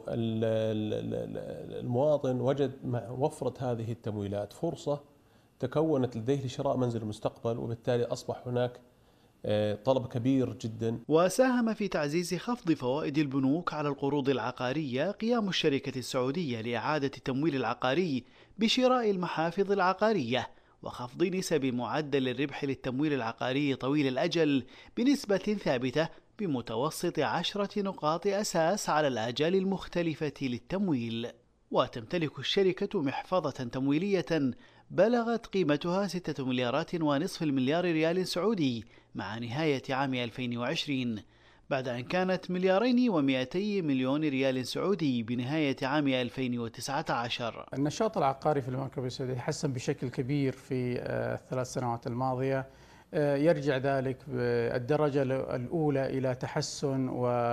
المواطن وجد مع وفرة هذه التمويلات فرصة تكونت لديه لشراء منزل المستقبل، وبالتالي أصبح هناك طلب كبير جدا. وساهم في تعزيز خفض فوائد البنوك على القروض العقارية قيام الشركة السعودية لإعادة التمويل العقاري بشراء المحافظ العقارية، وخفض نسب معدل الربح للتمويل العقاري طويل الأجل بنسبة ثابتة بمتوسط 10 نقاط أساس على الآجال المختلفة للتمويل. وتمتلك الشركة محفظة تمويلية بلغت قيمتها 6 مليارات ونصف المليار ريال سعودي مع نهاية عام 2020، بعد أن كانت 2.2 مليار ريال سعودي بنهاية عام 2019. النشاط العقاري في المملكة العربية السعودية تحسن بشكل كبير في الثلاث سنوات الماضية. يرجع ذلك بالدرجة الأولى إلى تحسن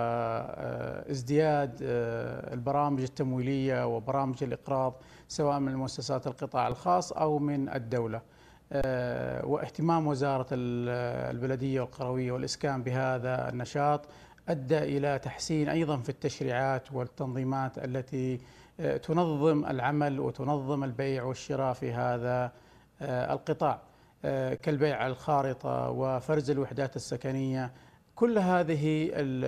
وازدياد البرامج التمويلية وبرامج الإقراض سواء من مؤسسات القطاع الخاص أو من الدولة، واهتمام وزارة البلدية والقروية والإسكان بهذا النشاط أدى إلى تحسين أيضا في التشريعات والتنظيمات التي تنظم العمل وتنظم البيع والشراء في هذا القطاع، كالبيع على الخارطة وفرز الوحدات السكنية. كل هذه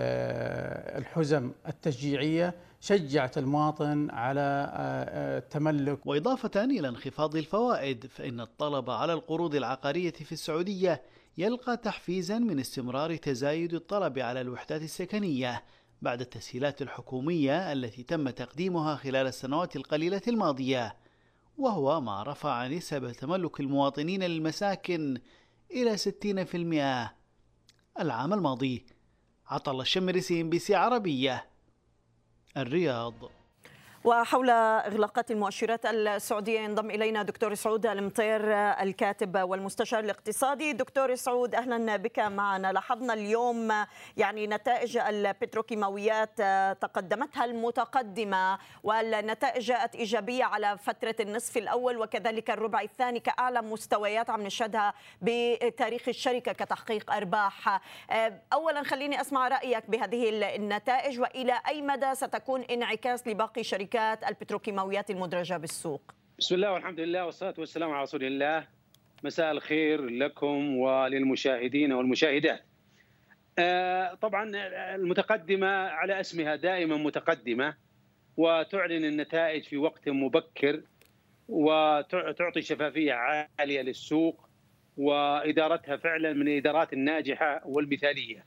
الحزم التشجيعية شجعت المواطن على التملك. وإضافة إلى انخفاض الفوائد، فإن الطلب على القروض العقارية في السعودية يلقى تحفيزا من استمرار تزايد الطلب على الوحدات السكنية بعد التسهيلات الحكومية التي تم تقديمها خلال السنوات القليلة الماضية، وهو ما رفع نسب تملك المواطنين للمساكن إلى 60% العام الماضي. عطل الشمري، CNBC عربية، الرياض. وحول إغلاقات المؤشرات السعودية ينضم إلينا دكتور سعود المطير الكاتب والمستشار الاقتصادي. دكتور سعود، أهلا بك معنا. لاحظنا اليوم يعني نتائج البتروكيماويات تقدمتها المتقدمة، والنتائج جاءت إيجابية على فترة النصف الأول وكذلك الربع الثاني كأعلى مستويات عم نشهدها بتاريخ الشركة كتحقيق أرباح. أولا خليني أسمع رأيك بهذه النتائج، وإلى أي مدى ستكون انعكاس لباقي شركات البتروكيماويات المدرجة بالسوق؟ بسم الله والحمد لله والصلاة والسلام على رسول الله. مساء الخير لكم وللمشاهدين والمشاهدات. طبعا المتقدمة على اسمها دائما متقدمة، وتعلن النتائج في وقت مبكر، وتعطي شفافية عالية للسوق، وإدارتها فعلا من الإدارات الناجحة والمثالية.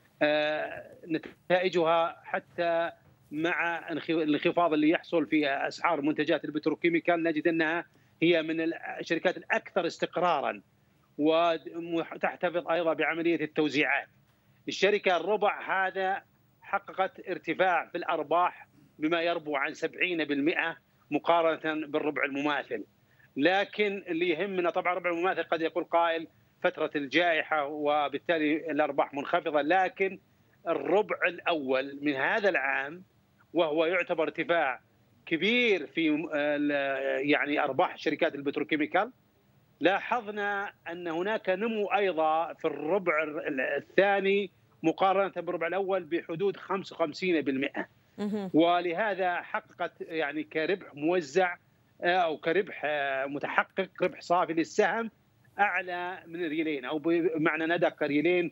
نتائجها حتى مع الانخفاض اللي يحصل في أسعار منتجات البتروكيميكال نجد أنها هي من الشركات الأكثر استقرارا، وتحتفظ أيضا بعملية التوزيعات. الشركة الربع هذا حققت ارتفاع في الأرباح بما يربو عن 70% مقارنة بالربع المماثل. لكن اللي يهمنا طبعا الربع المماثل قد يقول قائل فترة الجائحة وبالتالي الأرباح منخفضة، لكن الربع الأول من هذا العام وهو يعتبر ارتفاع كبير في يعني أرباح شركات البتروكيميكال. لاحظنا أن هناك نمو أيضا في الربع الثاني مقارنة بالربع الأول بحدود 55%، ولهذا حققت يعني كربح موزع أو كربح متحقق ربح صافي للسهم أعلى من ريالين، أو بمعنى ندق ريالين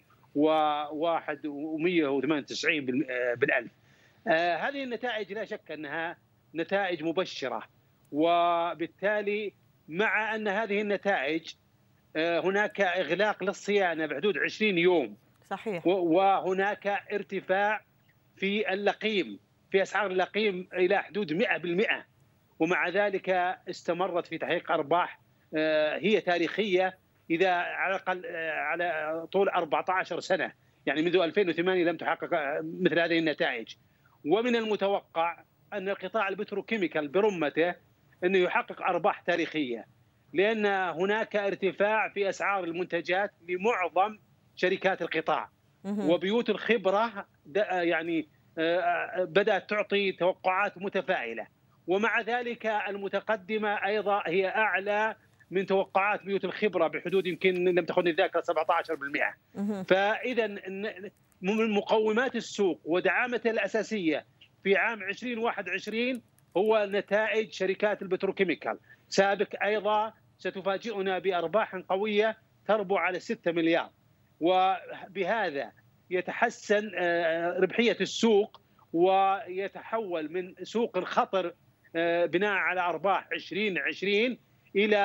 و198 بالألف. هذه النتائج لا شك أنها نتائج مبشرة، وبالتالي مع أن هذه النتائج هناك إغلاق للصيانة بحدود 20 يوم صحيح، وهناك ارتفاع في اللقيم، في أسعار اللقيم إلى حدود 100%، ومع ذلك استمرت في تحقيق أرباح هي تاريخية إذا على الأقل على طول 14 سنة، يعني منذ 2008 لم تحقق مثل هذه النتائج. ومن المتوقع أن القطاع البتروكيميكال برمته أنه يحقق أرباح تاريخية، لأن هناك ارتفاع في أسعار المنتجات لمعظم شركات القطاع، وبيوت الخبرة يعني بدأت تعطي توقعات متفائلة، ومع ذلك المتقدمة أيضا هي أعلى من توقعات بيوت الخبرة بحدود يمكن لم تخن الذاكرة 17%. فإذا من مقومات السوق ودعامته الأساسية في عام 2021 هو نتائج شركات البتروكيميكال. سابق أيضا ستفاجئنا بأرباح قوية تربو على 6 مليار، وبهذا يتحسن ربحية السوق ويتحول من سوق الخطر بناء على أرباح 2020 إلى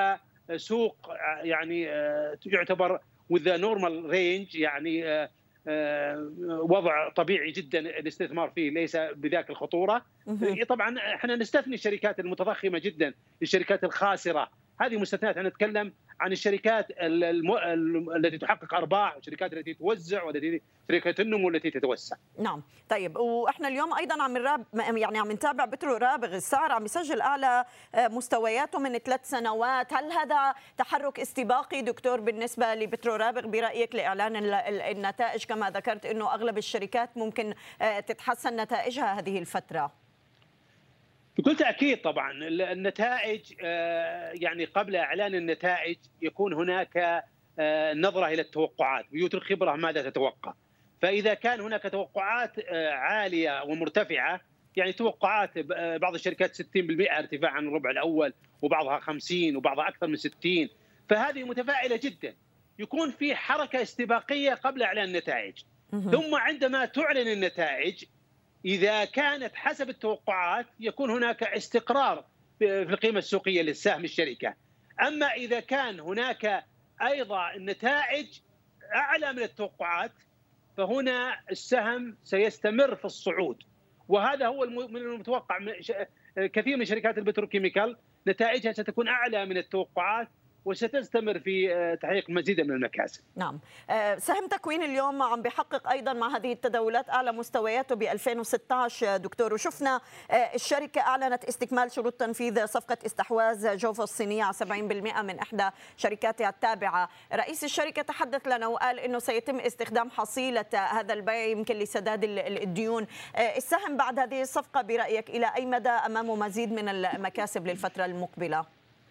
سوق يعني يعتبر with the normal range، يعني وضع طبيعي جدا الاستثمار فيه، ليس بذاك الخطوره. طبعا احنا نستثني الشركات المتضخمه جدا، الشركات الخاسره، هذه مستثنات. انا نتكلم عن الشركات التي تحقق ارباح، والشركات التي توزع، والتي شركات النمو التي تتوسع. نعم، طيب، واحنا اليوم ايضا عم نتابع بترو رابغ، السعر عم يسجل اعلى مستوياته من 3 سنوات، هل هذا تحرك استباقي دكتور بالنسبه لبترو رابغ برايك لاعلان النتائج، كما ذكرت انه اغلب الشركات ممكن تتحسن نتائجها هذه الفتره؟ بكل تأكيد طبعا النتائج، يعني قبل إعلان النتائج يكون هناك نظرة إلى التوقعات، بيوت الخبرة ماذا تتوقع. فإذا كان هناك توقعات عالية ومرتفعة، يعني توقعات بعض الشركات 60% ارتفاع عن الربع الأول، وبعضها 50 وبعضها أكثر من 60، فهذه متفائلة جدا. يكون في حركة استباقية قبل إعلان النتائج، ثم عندما تعلن النتائج إذا كانت حسب التوقعات يكون هناك استقرار في القيمة السوقية للسهم الشركة. أما إذا كان هناك أيضا النتائج أعلى من التوقعات، فهنا السهم سيستمر في الصعود، وهذا هو من المتوقع. كثير من شركات البتروكيميكال نتائجها ستكون أعلى من التوقعات وستستمر في تحقيق مزيد من المكاسب. نعم، سهم تكوين اليوم عم بيحقق ايضا مع هذه التداولات اعلى مستوياته ب 2016 دكتور، وشفنا الشركه اعلنت استكمال شروط تنفيذ صفقه استحواذ جوفو الصينيه على 70% من احدى شركاتها التابعه. رئيس الشركه تحدث لنا وقال انه سيتم استخدام حصيله هذا البيع يمكن لسداد الديون. السهم بعد هذه الصفقه برايك الى اي مدى امامه مزيد من المكاسب للفتره المقبله؟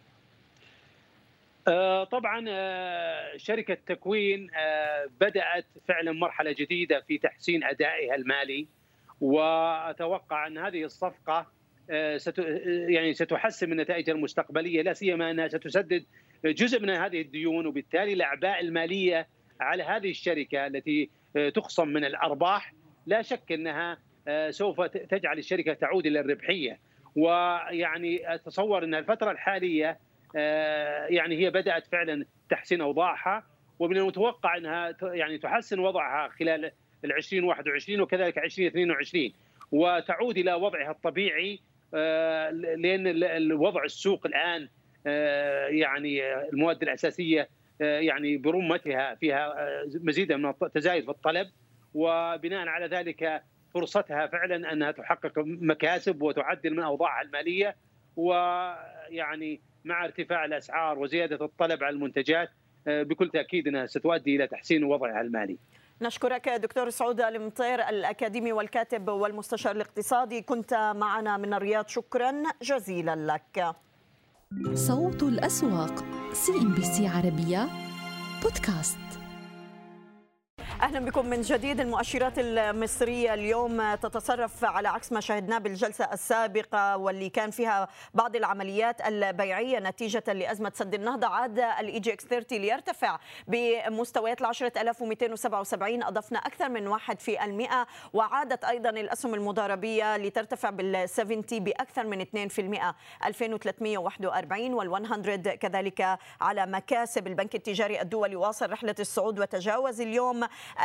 طبعا شركة تكوين بدأت فعلا مرحلة جديدة في تحسين أدائها المالي، وأتوقع أن هذه الصفقة يعني ستحسن من نتائجها المستقبلية، لا سيما أنها ستسدد جزء من هذه الديون، وبالتالي الأعباء المالية على هذه الشركة التي تخصم من الأرباح لا شك أنها سوف تجعل الشركة تعود إلى الربحية. ويعني أتصور أن الفترة الحالية يعني هي بدأت فعلا تحسين أوضاعها، ومن المتوقع أنها يعني تحسن وضعها خلال 2021 وكذلك 2022 وتعود إلى وضعها الطبيعي، لأن الوضع السوق الآن يعني المواد الأساسية يعني برمتها فيها مزيد من التزايد في الطلب، وبناء على ذلك فرصتها فعلا أنها تحقق مكاسب وتعدل من أوضاعها المالية. ويعني مع ارتفاع الأسعار وزيادة الطلب على المنتجات بكل تأكيد أنها ستؤدي إلى تحسين وضعها المالي. نشكرك دكتور سعود المطير، الأكاديمي والكاتب والمستشار الاقتصادي، كنت معنا من الرياض، شكرا جزيلا لك. صوت الأسواق CNBC عربية بودكاست. أهلا بكم من جديد. المؤشرات المصرية اليوم تتصرف على عكس ما شاهدناه بالجلسة السابقة واللي كان فيها بعض العمليات البيعية نتيجة لأزمة سد النهضة. عاد الEGX 30 ليرتفع بمستويات 10,277، أضفنا أكثر من 1%، وعادت أيضا الأسهم المضاربية لترتفع بال70 بأكثر من 2%، 2341، وال100 كذلك على مكاسب. البنك التجاري الدولي واصل رحلة الصعود وتجاوز اليوم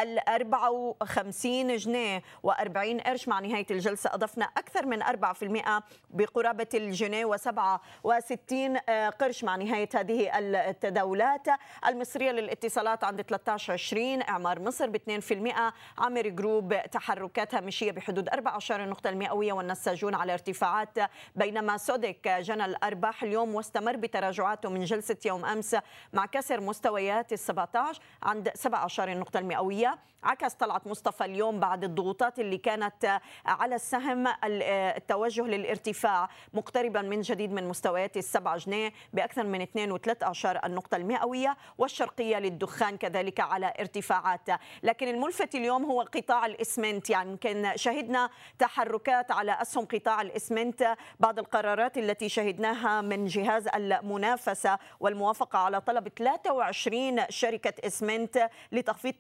54 جنيه و40 قرش. مع نهاية الجلسة أضفنا أكثر من 4% بقرابة الجنيه و67 قرش مع نهاية هذه التداولات. المصرية للاتصالات عند 13.20، إعمار مصر ب2%، عامر جروب تحركات هامشية بحدود 14 النقطة المئوية، والنساجون على ارتفاعات، بينما سودك جنى الأرباح اليوم واستمر بتراجعاته من جلسة يوم أمس مع كسر مستويات 17 عند 17 النقطة المئوية. عكس طلعت مصطفى اليوم بعد الضغوطات اللي كانت على السهم التوجه للارتفاع مقتربا من جديد من مستويات 7 جنيه بأكثر من 2.13 النقطة المئوية، والشرقية للدخان كذلك على ارتفاعات. لكن الملفت اليوم هو قطاع الإسمنت، يعني يمكن شهدنا تحركات على أسهم قطاع الإسمنت، بعض القرارات التي شهدناها من جهاز المنافسة والموافقة على طلب 23 شركة إسمنت لتخفيض طاقتها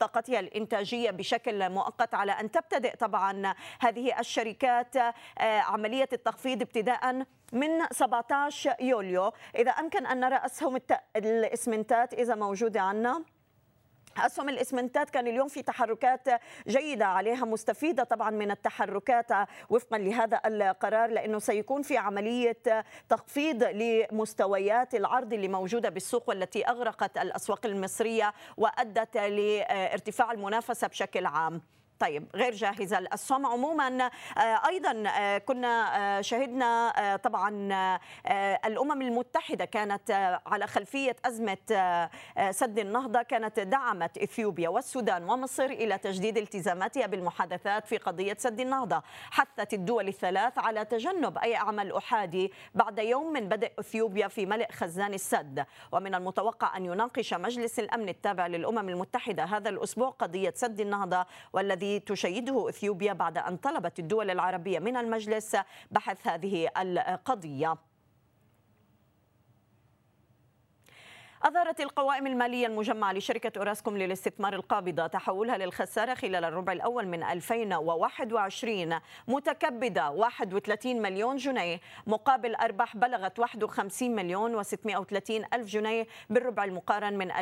الإنتاجية بشكل مؤقت على أن تبتدئ طبعا هذه الشركات عملية التخفيض ابتداء من 17 يوليو. إذا أمكن أن نرى أسهم الإسمنتات إذا موجودة عنا. أسهم الإسمنتات كان اليوم في تحركات جيدة عليها، مستفيدة طبعا من التحركات وفقا لهذا القرار، لأنه سيكون في عملية تخفيض لمستويات العرض اللي موجودة بالسوق والتي أغرقت الأسواق المصرية وأدت لارتفاع المنافسة بشكل عام. طيب، غير جاهزة الأسهم عموما. أيضا كنا شهدنا طبعا الأمم المتحدة كانت على خلفية أزمة سد النهضة، كانت دعمت إثيوبيا والسودان ومصر إلى تجديد التزاماتها بالمحادثات في قضية سد النهضة. حثت الدول الثلاث على تجنب أي عمل أحادي بعد يوم من بدء إثيوبيا في ملء خزان السد. ومن المتوقع أن يناقش مجلس الأمن التابع للأمم المتحدة هذا الأسبوع قضية سد النهضة، والذي تشيده إثيوبيا بعد أن طلبت الدول العربية من المجلس بحث هذه القضية. أظهرت القوائم المالية المجمعة لشركة أوراسكوم للاستثمار القابضة تحولها للخسارة خلال الربع الأول من 2021 متكبدة 31 مليون جنيه مقابل أرباح بلغت 51 مليون و630 ألف جنيه بالربع المقارن من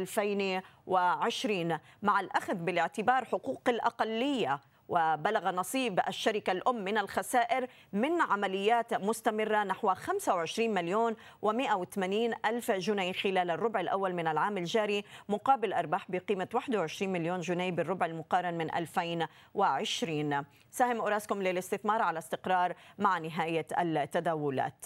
2020 مع الأخذ بالاعتبار حقوق الأقلية. وبلغ نصيب الشركة الأم من الخسائر من عمليات مستمرة نحو 25 مليون و180 ألف جنيه خلال الربع الأول من العام الجاري مقابل أرباح بقيمة 21 مليون جنيه بالربع المقارن من 2020. ساهم أوراسكوم للاستثمار على استقرار مع نهاية التداولات.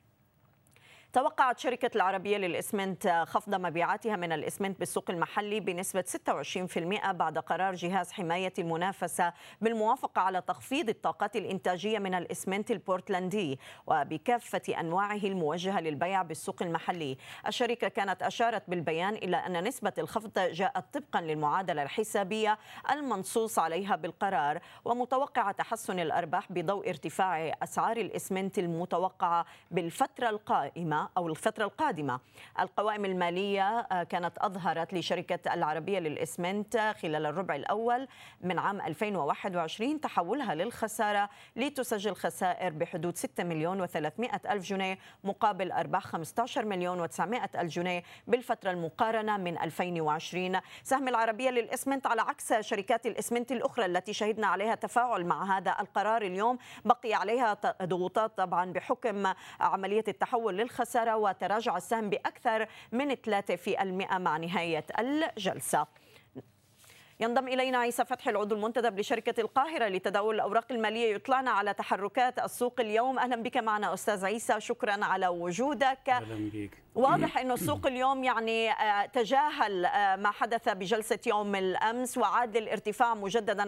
توقعت شركة العربية للإسمنت خفض مبيعاتها من الإسمنت بالسوق المحلي بنسبة 26% بعد قرار جهاز حماية المنافسة بالموافقة على تخفيض الطاقات الإنتاجية من الإسمنت البورتلاندي وبكافة أنواعه الموجهة للبيع بالسوق المحلي. الشركة كانت أشارت بالبيان إلى أن نسبة الخفض جاءت طبقا للمعادلة الحسابية المنصوص عليها بالقرار، ومتوقع تحسن الأرباح بضوء ارتفاع أسعار الإسمنت المتوقعة بالفترة القادمة. القوائم المالية كانت أظهرت لشركة العربية للإسمنت خلال الربع الأول من عام 2021 تحولها للخسارة لتسجل خسائر بحدود 6 مليون و300 ألف جنيه مقابل أرباح 15 مليون و900 ألف جنيه بالفترة المقارنة من 2020. سهم العربية للإسمنت على عكس شركات الإسمنت الأخرى التي شهدنا عليها تفاعل مع هذا القرار اليوم بقي عليها ضغوطات طبعا بحكم عملية التحول للخسارة، وتراجع السهم بأكثر من 3% مع نهاية الجلسة. ينضم إلينا عيسى فتحي العضو المنتدب لشركة القاهرة لتداول الأوراق المالية يطلعنا على تحركات السوق اليوم. أهلا بك معنا أستاذ عيسى، شكرا على وجودك. أهلا بك. واضح أنه السوق اليوم يعني تجاهل ما حدث بجلسة يوم الأمس وعاد للارتفاع مجددا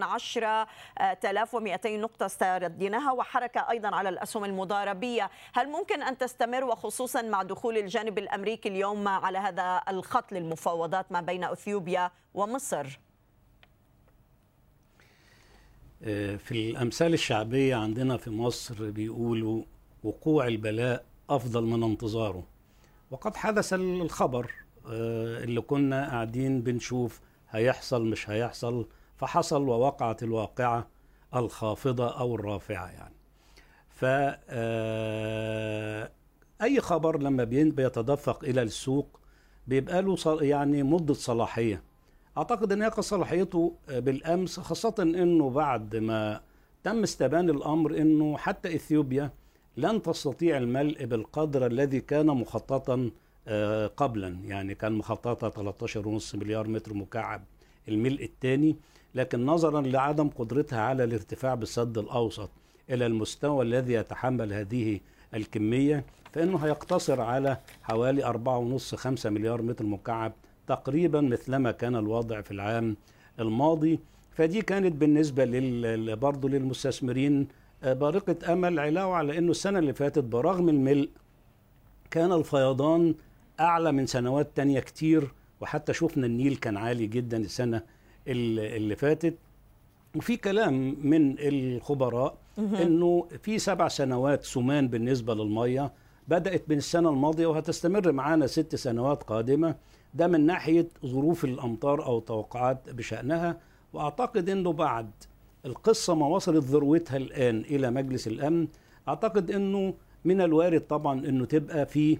10,200 نقطة استرديناها، وحركة أيضا على الأسهم المضاربية. هل ممكن أن تستمر وخصوصا مع دخول الجانب الأمريكي اليوم على هذا الخط للمفاوضات ما بين أثيوبيا ومصر؟ في الأمثال الشعبية عندنا في مصر بيقولوا وقوع البلاء أفضل من انتظاره، وقد حدث الخبر اللي كنا قاعدين بنشوف هيحصل مش هيحصل، فحصل ووقعت الواقعة الخافضة أو الرافعة يعني. أي خبر لما بيتدفق إلى السوق بيبقى له يعني مدة صلاحية. أعتقد أن يقع صلاحيته بالأمس، خاصة أنه بعد ما تم استبان الأمر أنه حتى إثيوبيا لن تستطيع الملء بالقدر الذي كان مخططا قبلا، يعني كان مخططة 13.5 مليار متر مكعب الملء الثاني، لكن نظرا لعدم قدرتها على الارتفاع بالسد الأوسط إلى المستوى الذي يتحمل هذه الكمية فإنه هيقتصر على حوالي 4.5-5 مليار متر مكعب تقريبا مثلما كان الوضع في العام الماضي. فدي كانت بالنسبة برضو للمستثمرين بارقة أمل، علاوة على أنه السنة اللي فاتت برغم الملء كان الفيضان أعلى من سنوات تانية كتير، وحتى شفنا النيل كان عالي جدا السنة اللي فاتت. وفي كلام من الخبراء أنه في 7 سنوات سمان بالنسبة للمية بدأت من السنة الماضية وهتستمر معانا 6 سنوات قادمة. ده من ناحية ظروف الأمطار أو توقعات بشأنها. وأعتقد أنه بعد القصة ما وصلت ذروتها الآن إلى مجلس الأمن، أعتقد أنه من الوارد طبعا أنه تبقى في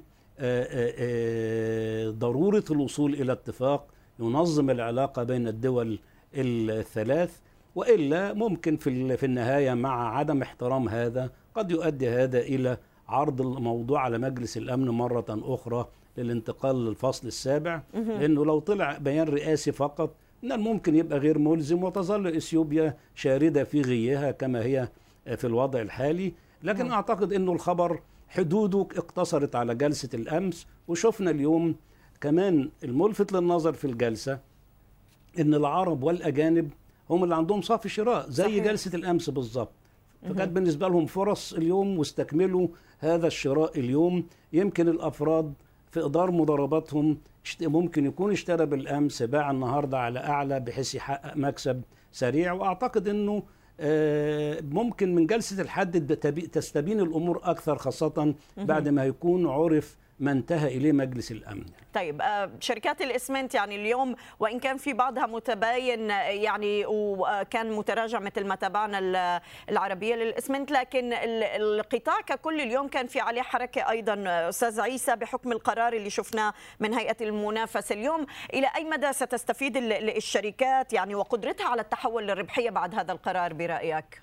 ضرورة الوصول إلى اتفاق ينظم العلاقة بين الدول الثلاث، وإلا ممكن في النهاية مع عدم احترام هذا قد يؤدي هذا إلى عرض الموضوع على مجلس الأمن مرة أخرى للانتقال للفصل السابع، لأنه لو طلع بيان رئاسي فقط من الممكن يبقى غير ملزم وتظل إثيوبيا شاردة في غيها كما هي في الوضع الحالي. لكن أعتقد أنه الخبر حدوده اقتصرت على جلسة الأمس، وشفنا اليوم كمان الملفت للنظر في الجلسة أن العرب والأجانب هم اللي عندهم صافي شراء زي صحيح. جلسة الأمس بالضبط، فكانت بالنسبة لهم فرص اليوم واستكملوا هذا الشراء اليوم. يمكن الأفراد في إدار مضارباتهم ممكن يكون اشترى بالأمس باع النهاردة على أعلى بحيث يحقق مكسب سريع، وأعتقد أنه ممكن من جلسة الحد تستبين الأمور أكثر، خاصة بعد ما يكون عرف ما انتهى إليه مجلس الأمن. طيب شركات الإسمنت يعني اليوم وإن كان في بعضها متباين يعني وكان متراجع مثل ما تابعنا العربية للإسمنت، لكن القطاع ككل اليوم كان في عليه حركة أيضا أستاذ عيسى بحكم القرار اللي شفناه من هيئة المنافسة اليوم. إلى أي مدى ستستفيد الشركات يعني وقدرتها على التحول للربحية بعد هذا القرار برأيك؟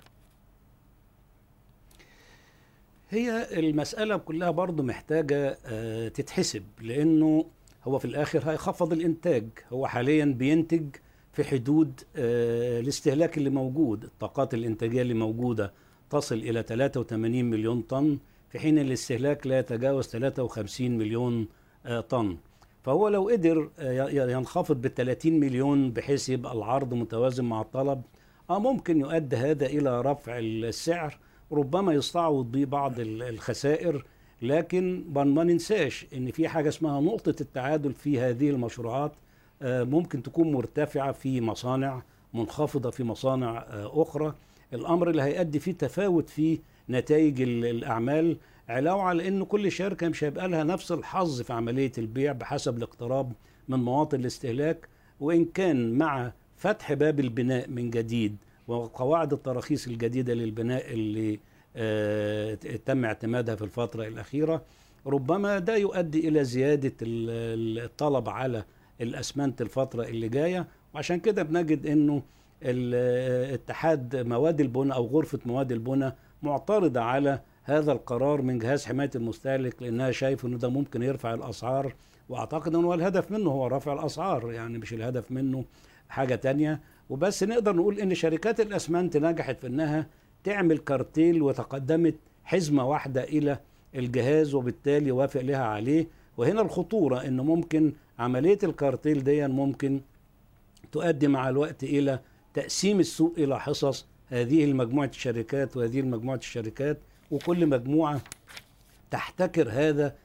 هي المسألة كلها برضو محتاجة تتحسب، لأنه هو في الآخر هيخفض الإنتاج. هو حاليا بينتج في حدود الاستهلاك اللي موجود، الطاقات الإنتاجية اللي موجودة تصل إلى 83 مليون طن، في حين الاستهلاك لا يتجاوز 53 مليون طن. فهو لو قدر ينخفض ب30 مليون بحيث يبقى العرض متوازن مع الطلب، ممكن يؤدي هذا إلى رفع السعر، ربما يستعوض به بعض الخسائر. لكن ما ننساش ان في حاجة اسمها نقطة التعادل في هذه المشروعات، ممكن تكون مرتفعة في مصانع، منخفضة في مصانع أخرى، الأمر اللي هيؤدي فيه تفاوت في نتائج الأعمال، علاوة على أن كل شركة مش هيبقى لها نفس الحظ في عملية البيع بحسب الاقتراب من مواطن الاستهلاك. وإن كان مع فتح باب البناء من جديد وقواعد التراخيص الجديدة للبناء اللي تم اعتمادها في الفترة الأخيرة، ربما ده يؤدي إلى زيادة الطلب على الأسمنت الفترة اللي جاية. وعشان كده بنجد أنه اتحاد مواد البناء أو غرفة مواد البناء معترضة على هذا القرار من جهاز حماية المستهلك، لأنها شايف أنه ده ممكن يرفع الأسعار، وأعتقد أنه الهدف منه هو رفع الأسعار، يعني مش الهدف منه حاجة تانية. وبس نقدر نقول ان شركات الاسمنت نجحت في انها تعمل كارتيل وتقدمت حزمة واحدة الى الجهاز وبالتالي وافق لها عليه. وهنا الخطورة انه ممكن عملية الكارتيل دي ممكن تؤدي مع الوقت الى تقسيم السوق الى حصص، هذه المجموعة الشركات وهذه المجموعة الشركات، وكل مجموعة تحتكر هذا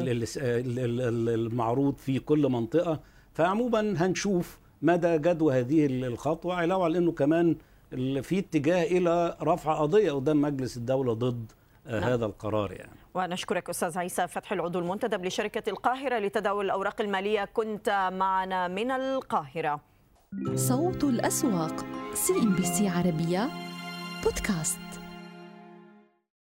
المعروض في كل منطقة. فعموما هنشوف مدى جدوى هذه الخطوة، علاوة على أنه كمان في اتجاه إلى رفع قضية قدام مجلس الدولة ضد هذا القرار يعني. ونشكرك أستاذ عيسى فتحي العضو المنتدب لشركة القاهرة لتداول الأوراق المالية، كنت معنا من القاهرة. صوت الأسواق CNBC عربية بودكاست.